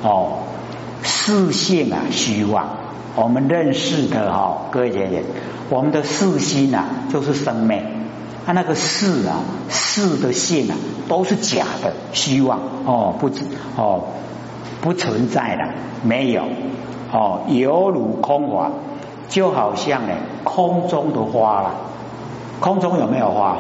四性啊虚妄，我们认识的各位姐姐，我们的四心啊就是生灭，那个四啊四的性啊都是假的虚妄不存在的，没有犹如空花，就好像空中的花啦。空中有没有花？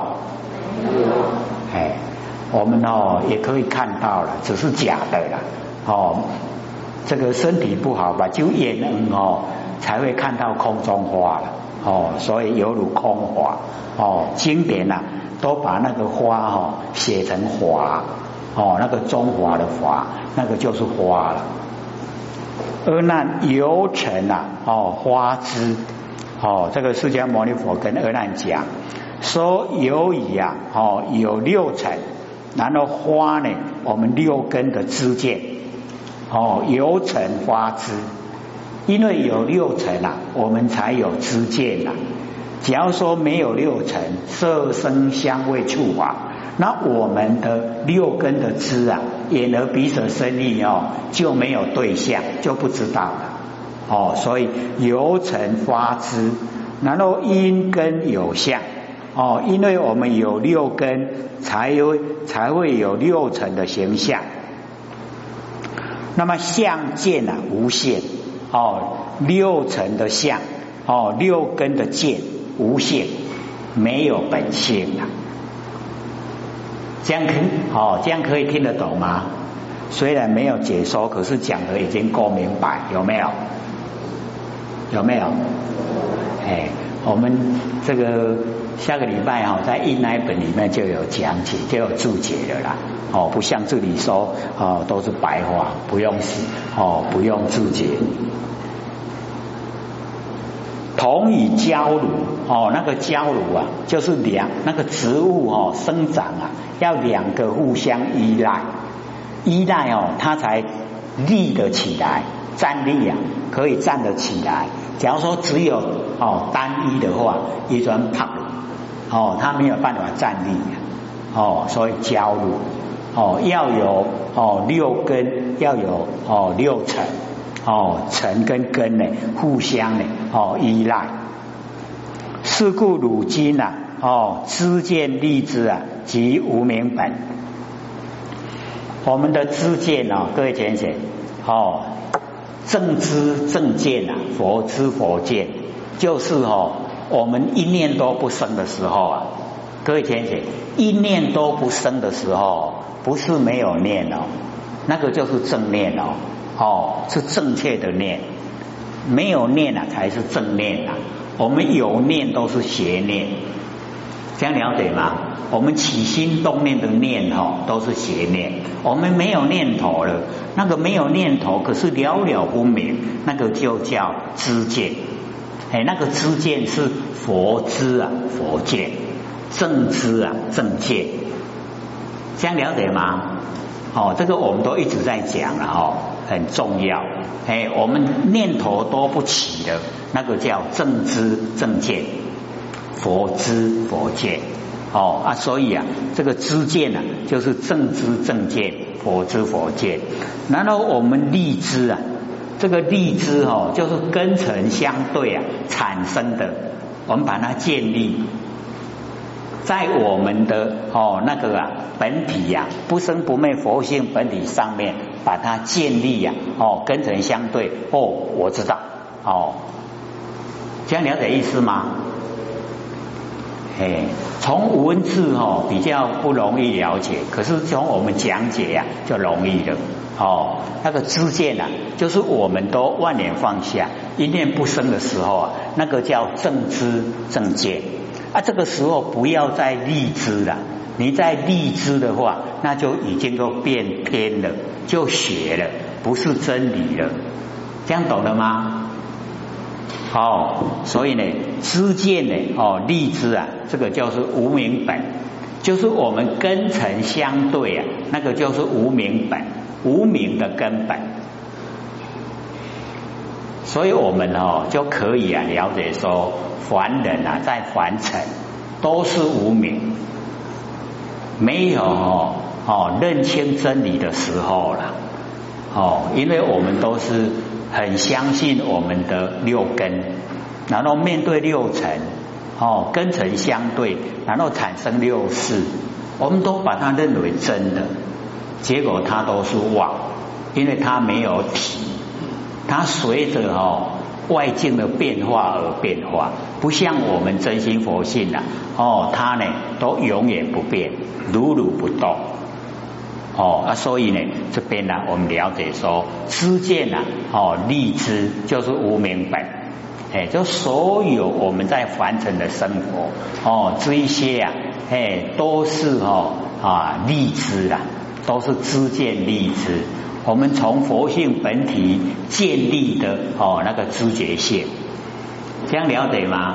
我们也可以看到了，只是假的啦。这个身体不好吧，就眼才会看到空中花了。所以犹如空花。经典啊都把那个花写成华。那个中华的华，那个就是花了。阿难有成啊，花枝。这个释迦牟尼佛跟阿难讲说，有以啊，有六层，然后花呢，我们六根的枝见，有成花枝。因为有六层啊，我们才有知见啊。假如说没有六层，色声香味触法，那我们的六根的知啊，眼耳鼻舌身意就没有对象，就不知道了。所以有成花枝，然后因根有相。因为我们有六根，才会有六层的形象。那么相见啊无限。六层的相，六根的见无限，没有本性啊。这样可以听得懂吗？虽然没有解说，可是讲的已经够明白，有没有？有没有？我们这个下个礼拜在印那一本里面就有讲解，就有注解了啦。不像这里说都是白话，不用注解。同以交乳那个交乳啊，就是那个植物生长啊，要两个互相依赖它才立得起来，站立啊可以站得起来。假如说只有单一的话，一转胖它没有办法站立所以交乳要有六根，要有六层。尘跟根呢互相呢依赖。是故汝今啊知见立知啊即无明本。我们的知见各位浅显正知正见佛知佛见，就是我们一念都不生的时候各位浅显，一念都不生的时候，不是没有念那个就是正念是正确的念，没有念才是正念我们有念都是邪念，这样了解吗？我们起心动念的念都是邪念，我们没有念头了，那个没有念头可是了了分明，那个就叫知见。那个知见是佛知佛见，正知正见，这样了解吗？这个我们都一直在讲了很重要。我们念头都不起的，那个叫正知正见，佛知佛见。所以这个知见就是正知正见，佛知佛见。然后我们立知这个立知就是根尘相对产生的，我们把它建立在我们的那个本体不生不灭佛性本体上面，把它建立根尘相对。我知道这样了解意思吗？从文字比较不容易了解，可是从我们讲解就容易了。那个知见就是我们都万念放下，一念不生的时候那个叫正知正见。这个时候不要再立知了，你再立知的话，那就已经都变偏了，就邪了，不是真理了。这样懂了吗？所以呢，知见呢，立知这个就是无明本，就是我们根尘相对那个就是无明本，无明的根本。所以我们就可以了解说，凡人在凡尘都是无明，没有认清真理的时候了。 因为我们都是很相信我们的六根，然后面对六尘，根尘相对，然后产生六识，我们都把它认为真的，结果它都是妄，因为它没有体，它随着外境的变化而变化，不像我们真心佛性它呢都永远不变，如如不动。所以呢，这边呢，我们了解说，知见立知就是无明本，就所有我们在凡尘的生活，这一些都是立知啦，都是知见立知。我们从佛性本体建立的那个知觉性，这样了解吗？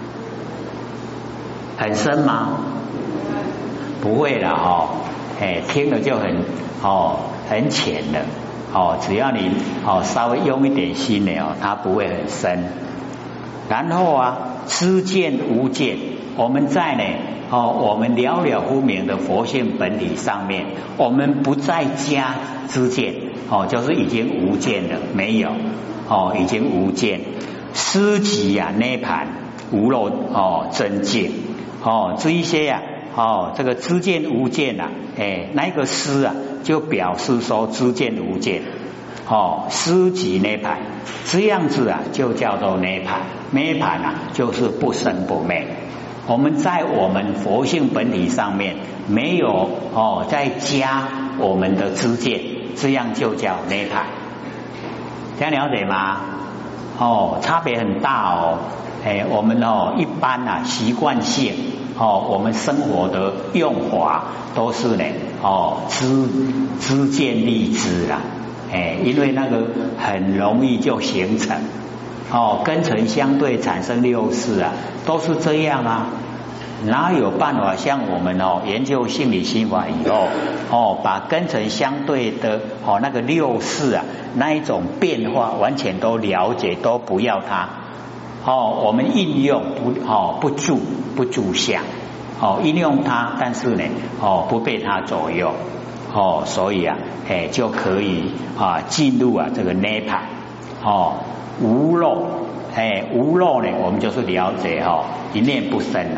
很深吗？不会啦听了就很浅的只要你稍微用一点心呢它不会很深。然后知见无见，我们在呢我们了了分明的佛性本体上面，我们不再加知见就是已经无见了，没有已经无见。思即涅盘无漏真境这一些这个知见无见那个思就表示说知见无见思即涅盘，这样子就叫做涅盘。涅盘就是不生不灭。我们在我们佛性本体上面没有再加我们的知见，这样就叫涅盘。这样了解吗？差别很大我们一般习惯性我们生活的用法都是呢知见立知啦因为那个很容易就形成根尘相对产生六识都是这样哪有办法像我们研究性理心法以后把根尘相对的那个六识那一种变化完全都了解，都不要它我们应用不住相应用它，但是呢不被它左右所以就可以进入这个涅盘无漏无漏呢我们就是了解一念不生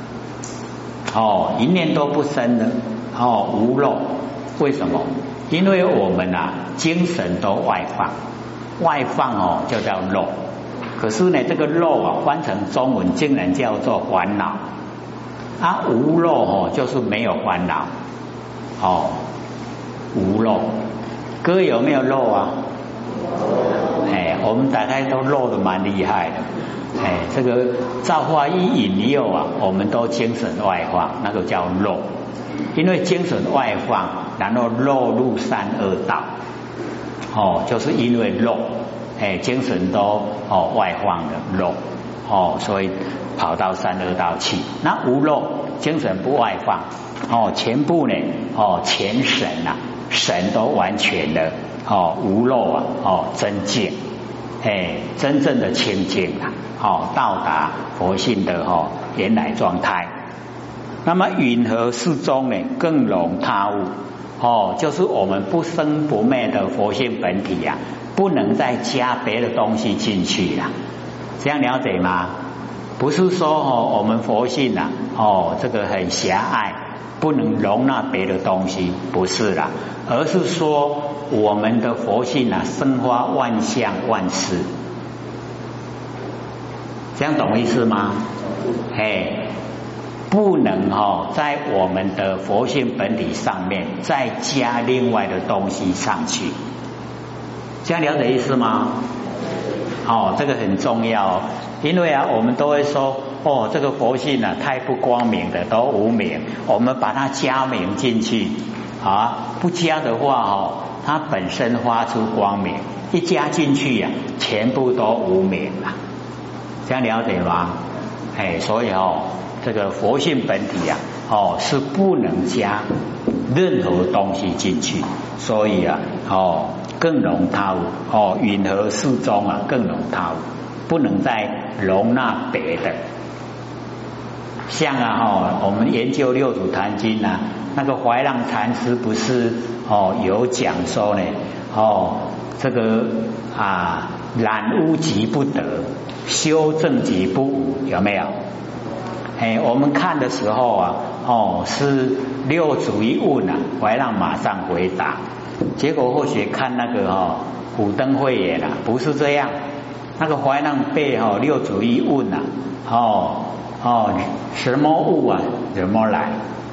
一念都不生的无漏。为什么？因为我们精神都外放，外放就叫漏。可是呢这个漏翻成中文竟然叫做烦恼无漏就是没有烦恼无漏。各位有没有漏我们大概都漏得蛮厉害的这个造化一引诱我们都精神外放，那个叫漏。因为精神外放，然后漏入三恶道就是因为漏精神都外放的漏所以跑到三恶道去。那无漏精神不外放全部呢全神神都完全的无漏真境真正的清净到达佛性的原来状态。那么云何世中呢更容他物就是我们不生不灭的佛性本体不能再加别的东西进去了。这样了解吗？不是说我们佛性这个很狭隘，不能容纳别的东西，不是啦，而是说我们的佛性生发万象万事。这样懂意思吗？不能在我们的佛性本体上面再加另外的东西上去。这样了解意思吗？这个很重要因为我们都会说这个佛性太不光明的，都无明，我们把它加明进去不加的话它本身发出光明，一加进去全部都无明了。这样了解吗？所以这个佛性本体是不能加任何东西进去，所以更容他物云何世中更容他物，不能再容纳别的。像我们研究六祖坛经那个怀让禅师不是有讲说呢这个染污即不得，修正即不无，有没有？我们看的时候是六祖一问怀让马上回答，结果或许看那个古灯会演不是这样，那个怀让被六祖一问什么物怎么来？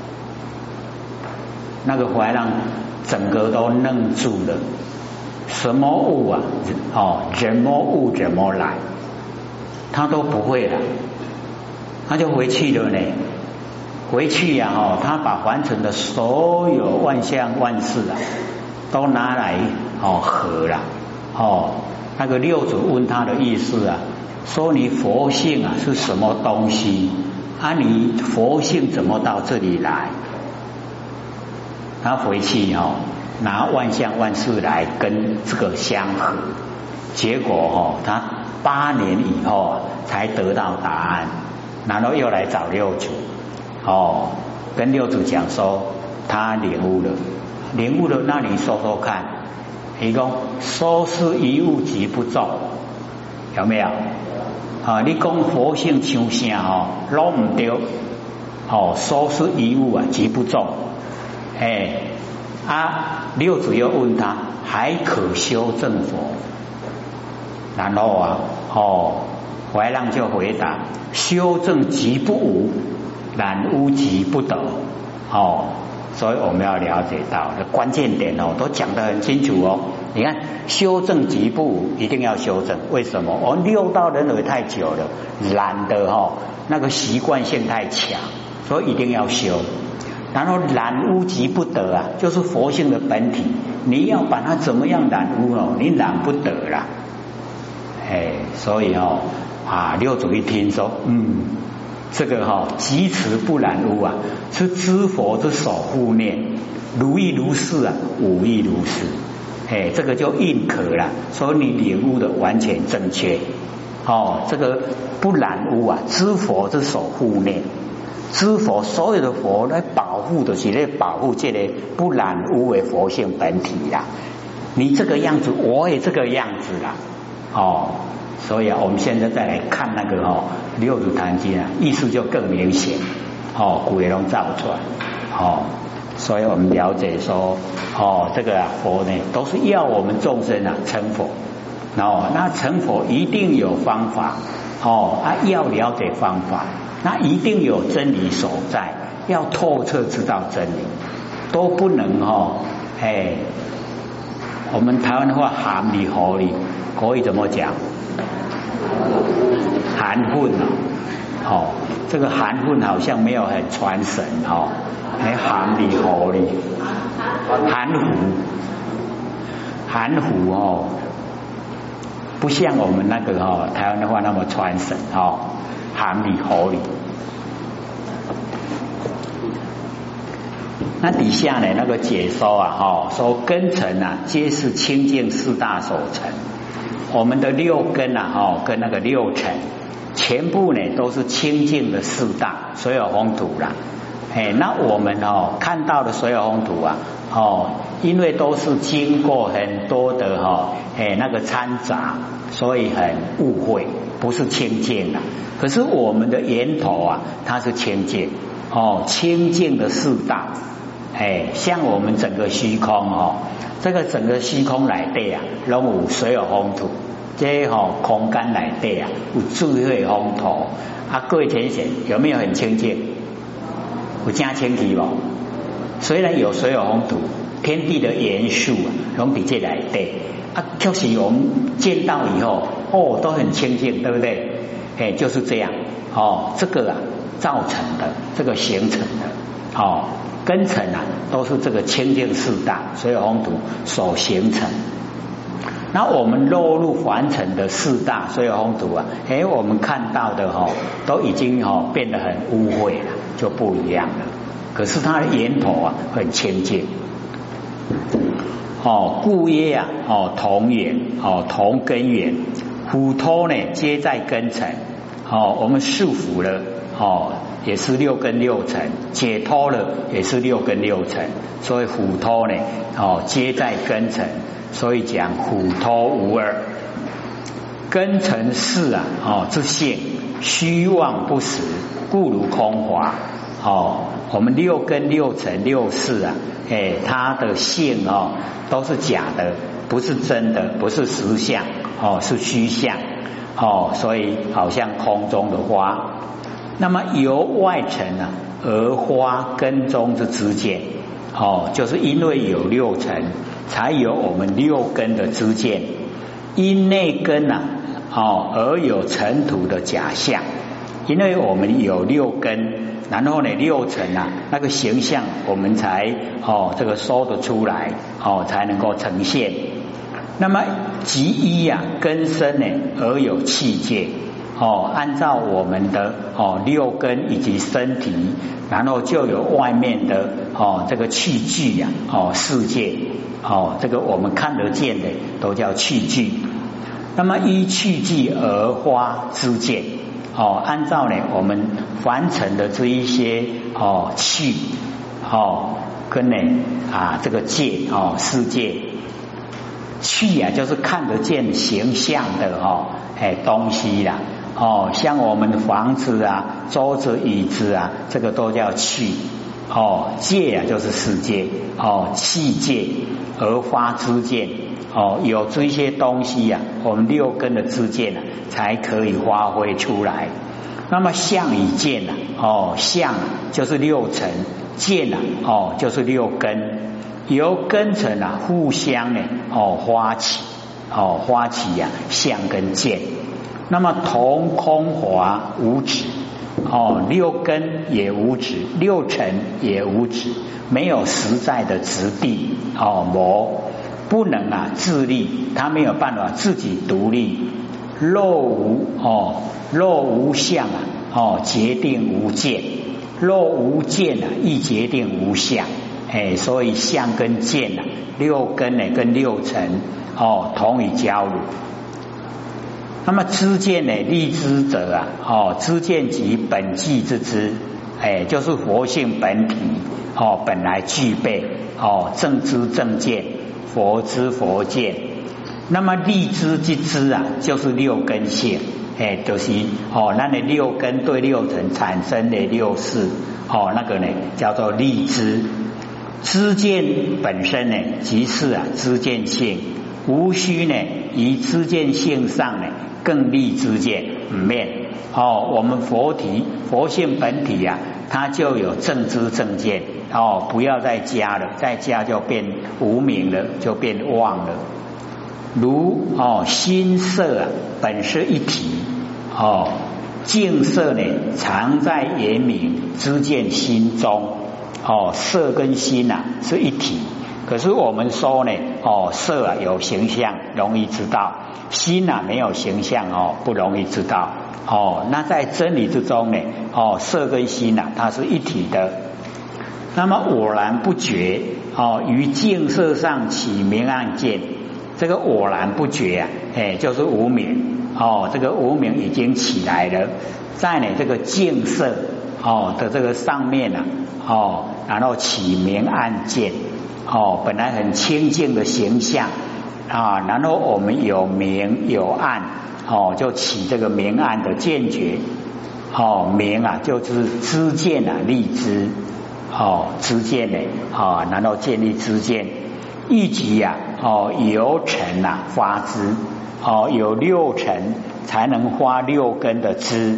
那个怀让整个都愣住了，什么物什么物怎么来？他都不会了，他就回去了呢。回去他把凡尘的所有万象万事都拿来合了。那个六祖问他的意思说你佛性是什么东西？你佛性怎么到这里来？他回去拿万象万事来跟这个相合，结果他8年以后才得到答案，然后又来找六祖跟六祖讲说他领悟了，那你说说看。他说说是一物即不中，有没有？你讲佛性像啥拢唔对，说是一物即不中。六祖又问他还可修正佛，然后怀让就回答修正即不无，染污即不得。所以我们要了解到关键点都讲得很清楚你看修正即不无，一定要修正。为什么？六道轮回太久了，染的那个习惯性太强，所以一定要修。然后染污即不得就是佛性的本体，你要把它怎么样染污你染不得啦。所以六祖一听说这个即持不染污是知佛之守护念，如意如是无亦如是。这个就认可了，所以你领悟的完全正确。这个不染污知佛之守护念，知佛所有的佛来保护的是来保护这个不染污的佛性本体啦。你这个样子，我也这个样子啦。所以我们现在再来看那个六祖坛经意思就更明显。古也拢造出来。所以我们了解说这个佛呢都是要我们众生成佛。那成佛一定有方法要了解方法，那一定有真理所在，要透彻知道真理，都不能我们台湾话含理合理，可以怎么讲？含混这个含混好像没有很传神含理合理，含糊不像我们那个台湾的话那么传神含理合理。那底下呢那个解说说根尘皆是清净四大所成，我们的六根跟那个六尘全部呢都是清净的四大所有风土啦。那我们看到的所有风土因为都是经过很多的那个掺杂，所以很误会，不是清净的。可是我们的源头它是清净清净的四大。像我们整个虚空这个整个虚空内底拢有所有风土，这空间内底有智慧风土各位浅显有没有很清净？有加清气不？虽然有所有风土，天地的元素拢比这内底就是我们见到以后都很清净，对不对？就是这样这个造成的，这个形成的根尘都是这个清净四大所有风土所形成。那我们落入凡尘的四大所有风土我们看到的都已经变得很污秽了，就不一样了。可是它的源头很清净。故曰同源同根源，虎托呢皆在根尘。我们束缚了也是六根六尘，解脱了也是六根六尘，所以虎脱呢皆在根尘，所以讲虎脱无二。根尘是之性，虚妄不实，故如空华。我们六根六尘六识它的性都是假的，不是真的，不是实相是虚相所以好像空中的花。那么由外尘而花根中之知见就是因为有六尘，才有我们六根的知见。因内根而有尘土的假象，因为我们有六根，然后呢六尘那个形象我们才这个说得出来才能够呈现。那么即依根深呢而有器界按照我们的六根以及身体，然后就有外面的这个器具世界这个我们看得见的都叫器具。那么依器具而花知见按照呢我们凡尘的这一些器跟呢这个界世界。器就是看得见形象的东西啦像我们的房子桌子椅子这个都叫器界就是世界器界而发知见有这些东西我们六根的知见才可以发挥出来。那么相与见相就是六尘，见就是六根，由根尘互相发起相跟见。那么同空华无止六根也无止，六尘也无止，没有实在的质地魔不能自立，它没有办法自己独立。若无相决定无见，若无见亦决定无相所以相跟见六根跟六尘同于交流。那么知见立知者知见即本具之知就是佛性本体本来具备正知正见，佛知佛见。那么立知之知就是六根性就是那你六根对六尘产生的六识那个呢叫做立知。知见本身即是知见性，无需以知见性上更立知见面我们佛性本体它就有正知正见不要再加了，再加就变无明了，就变妄了。如心色本是一体净色常在眼明，知见心中色跟心是一体。可是我们说色有形象容易知道，心没有形象不容易知道那在真理之中色跟心它是一体的。那么我然不觉于净色上起明暗见，这个我然不觉就是无明这个无明已经起来了，在这个净色的这个上面然后起明暗见本来很清净的形象然后我们有明有暗就起这个明暗的见觉明就是知见立知知见然后建立知见，以及由尘发知有六尘才能发六根的知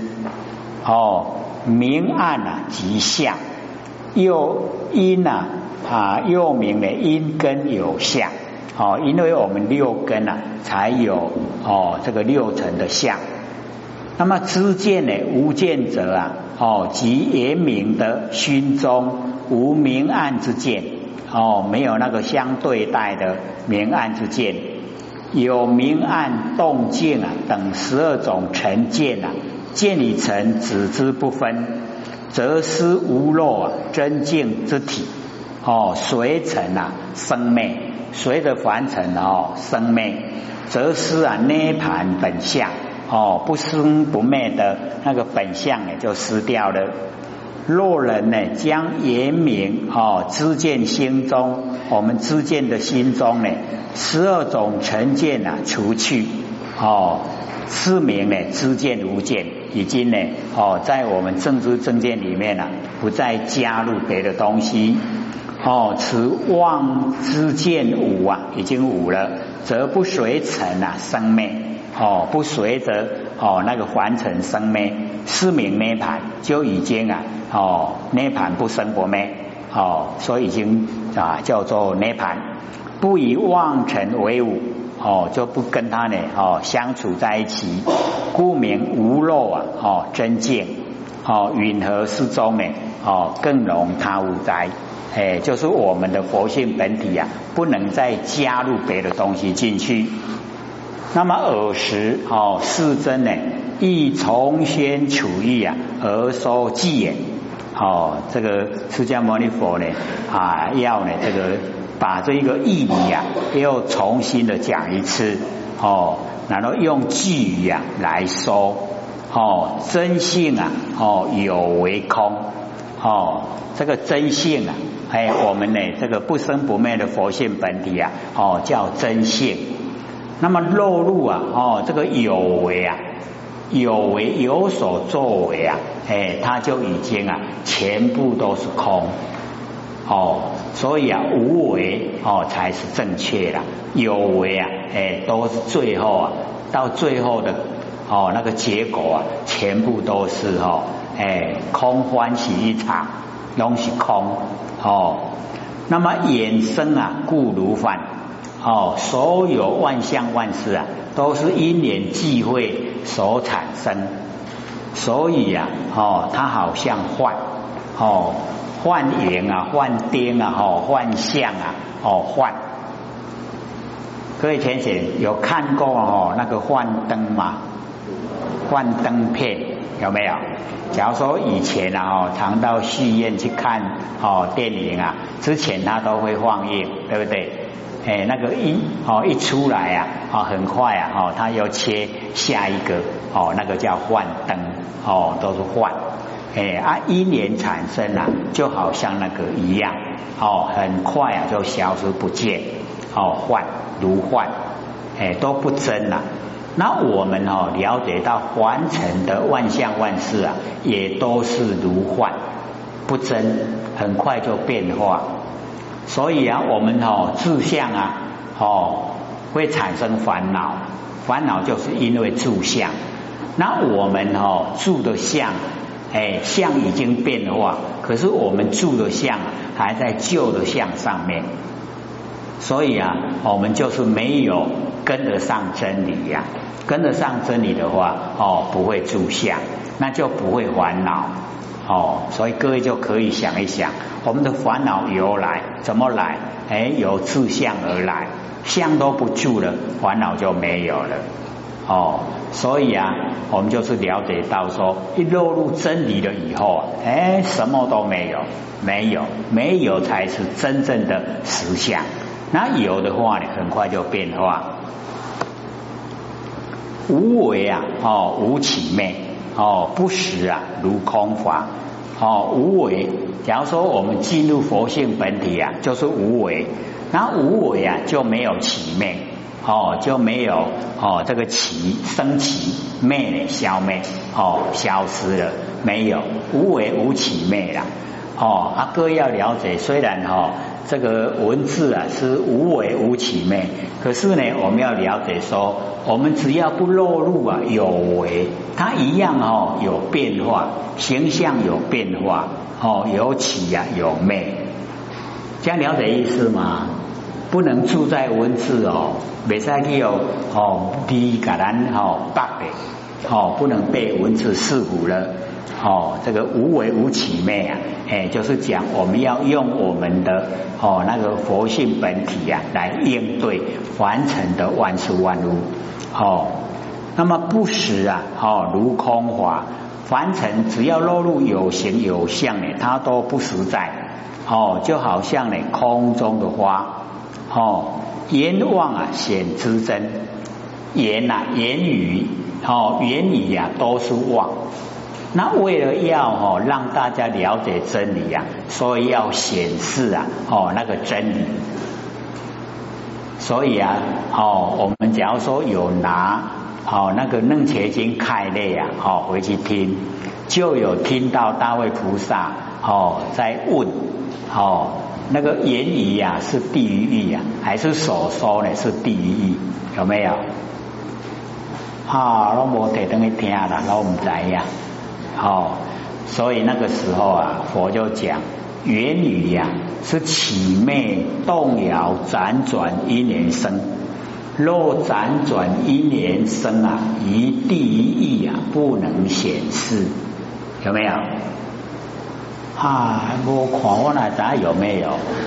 明暗即相，又因又明的因根有相因为我们六根才有这个六尘的相。那么知见无见者即言明的心中无明暗之见没有那个相对待的明暗之见。有明暗动静等12种尘见见与尘只知不分，则失无漏真净之体随尘生灭，随着凡尘生灭，则失涅盘本相不生不灭的那个本相呢就失掉了。若人呢将言明知见心中，我们知见的心中呢12种成见除去，是名呢知见无见，已经呢在我们正知正见里面不再加入别的东西。此妄知见无已经无了，则不随尘生灭，不随着那个凡尘生灭，是名涅槃，就已经涅槃不生不灭，所以已经叫做涅槃，不以妄尘为伍，就不跟他呢相处在一起，故名无漏真见，允和世中呢更容他无哉。就是我们的佛性本体不能再加入别的东西进去。那么尔时世尊呢亦从先处义而说偈言，这个释迦牟尼佛呢要呢这个把这一个义理又重新的讲一次，然后用句语来说，真性有为空，这个真性我们呢这个不生不灭的佛性本体叫真性。那么落入这个有为有为有所作为它就已经全部都是空，所以无为才是正确的，有为都是最后到最后的那个结果全部都是空欢喜一场，都是空。那么衍生故如幻，所有万象万事都是因缘际会所产生，所以它好像幻，幻影幻丁幻象幻。各位浅浅有看过那个幻灯吗？幻灯片有没有？假如说以前常到戏院去看电影之前它都会放映，对不对？那个一出来很快它又切下一个那个叫幻灯都是幻因缘产生就好像那个一样很快就消失不见幻如幻都不真那我们了解到凡尘的万象万事也都是如幻不真，很快就变化。所以我们志向会产生烦恼，烦恼就是因为住相。那我们住的相相已经变化，可是我们住的相还在旧的相上面，所以我们就是没有跟得上真理跟得上真理的话不会住相，那就不会烦恼所以各位就可以想一想，我们的烦恼由来怎么来？由自相而来，相都不住了，烦恼就没有了所以我们就是了解到说，一落入真理了以后什么都没有，没有才是真正的实相。那有的话呢，很快就变化。无为无起灭不实如空法无为。假如说我们进入佛性本体就是无为，那无为就没有起灭就没有这个起生起，灭呢消灭消失了，没有无为无起灭啦各位要了解，虽然这个文字是无为无起灭，可是呢我们要了解说，我们只要不落入有为，它一样有变化，形象有变化有起有灭，这样了解意思吗？不能住在文字不可以有你给咱绑的不能被文字束缚了这个无为无起灭就是讲我们要用我们的那个佛性本体来应对凡尘的万事万物那么不实如空法，凡尘只要落入有形有相它都不实在就好像空中的花言妄显知真言啊，言语言语啊都是妄。那为了要让大家了解真理啊，所以要显示啊那个真理。所以啊我们假如说有拿那个楞伽经开类啊回去听，就有听到大卫菩萨在问那个言语啊是地狱意啊，还是所说呢是地狱意？有没有？我没提等去听啦，我唔知呀。所以那个时候啊，佛就讲言语呀是起昧动摇辗转因缘生，若辗转因缘生啊，于地狱意啊不能显示，有没有？没看我哪知有没有？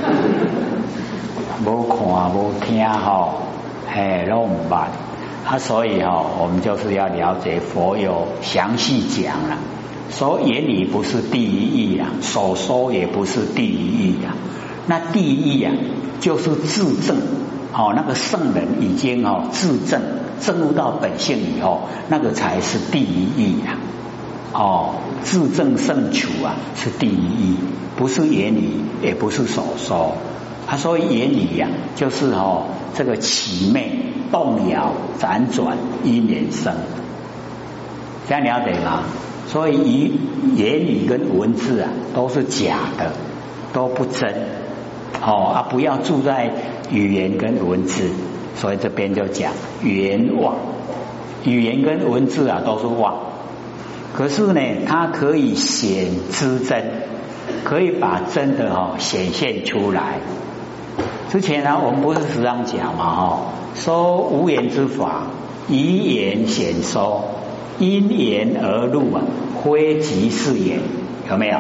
没看没听都唔捌所以我们就是要了解佛有详细讲了，说言语不是地狱意啊，所说也不是地狱意啊。那地狱啊，就是自证那个圣人已经自证证悟到本性以后，那个才是地狱意啊。自证胜处啊，是地狱意，不是言语，也不是所说。所以言语啊，就是这个起昧动摇辗转因缘生，这样了解吗？所以言语跟文字啊都是假的，都不真不要住在语言跟文字。所以这边就讲言妄，语言跟文字啊都是妄，可是呢它可以显知真，可以把真的显现出来。之前我们不是时常讲嘛说无言之法，以言显说，因言而入啊，非即是言，有没有？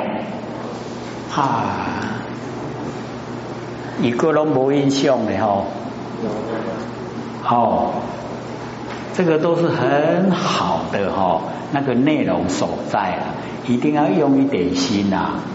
一个都没印象的这个都是很好的那个内容所在一定要用一点心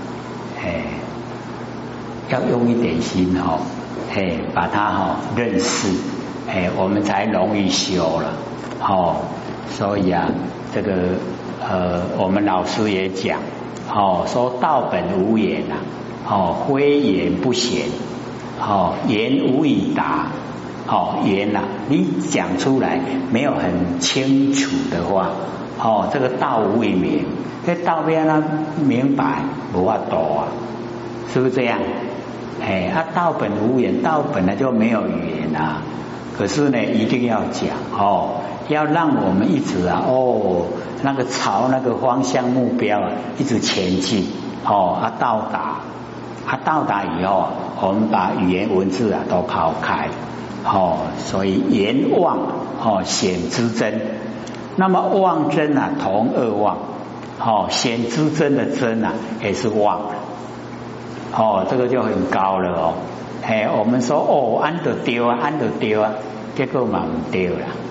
要用一点心把它认识我们才容易修了所以这个我们老师也讲说道本无言非言不显言无以达言你讲出来没有很清楚的话这个道无以明，这道边明白无法度是不是这样？道本无言，道本来就没有语言可是呢一定要讲要让我们一直那个朝那个方向目标一直前进到达以后我们把语言文字都抛开所以言妄显知真。那么妄真同二妄显知真的真也是妄这个就很高了我们说按得丢啊，结果嘛不对了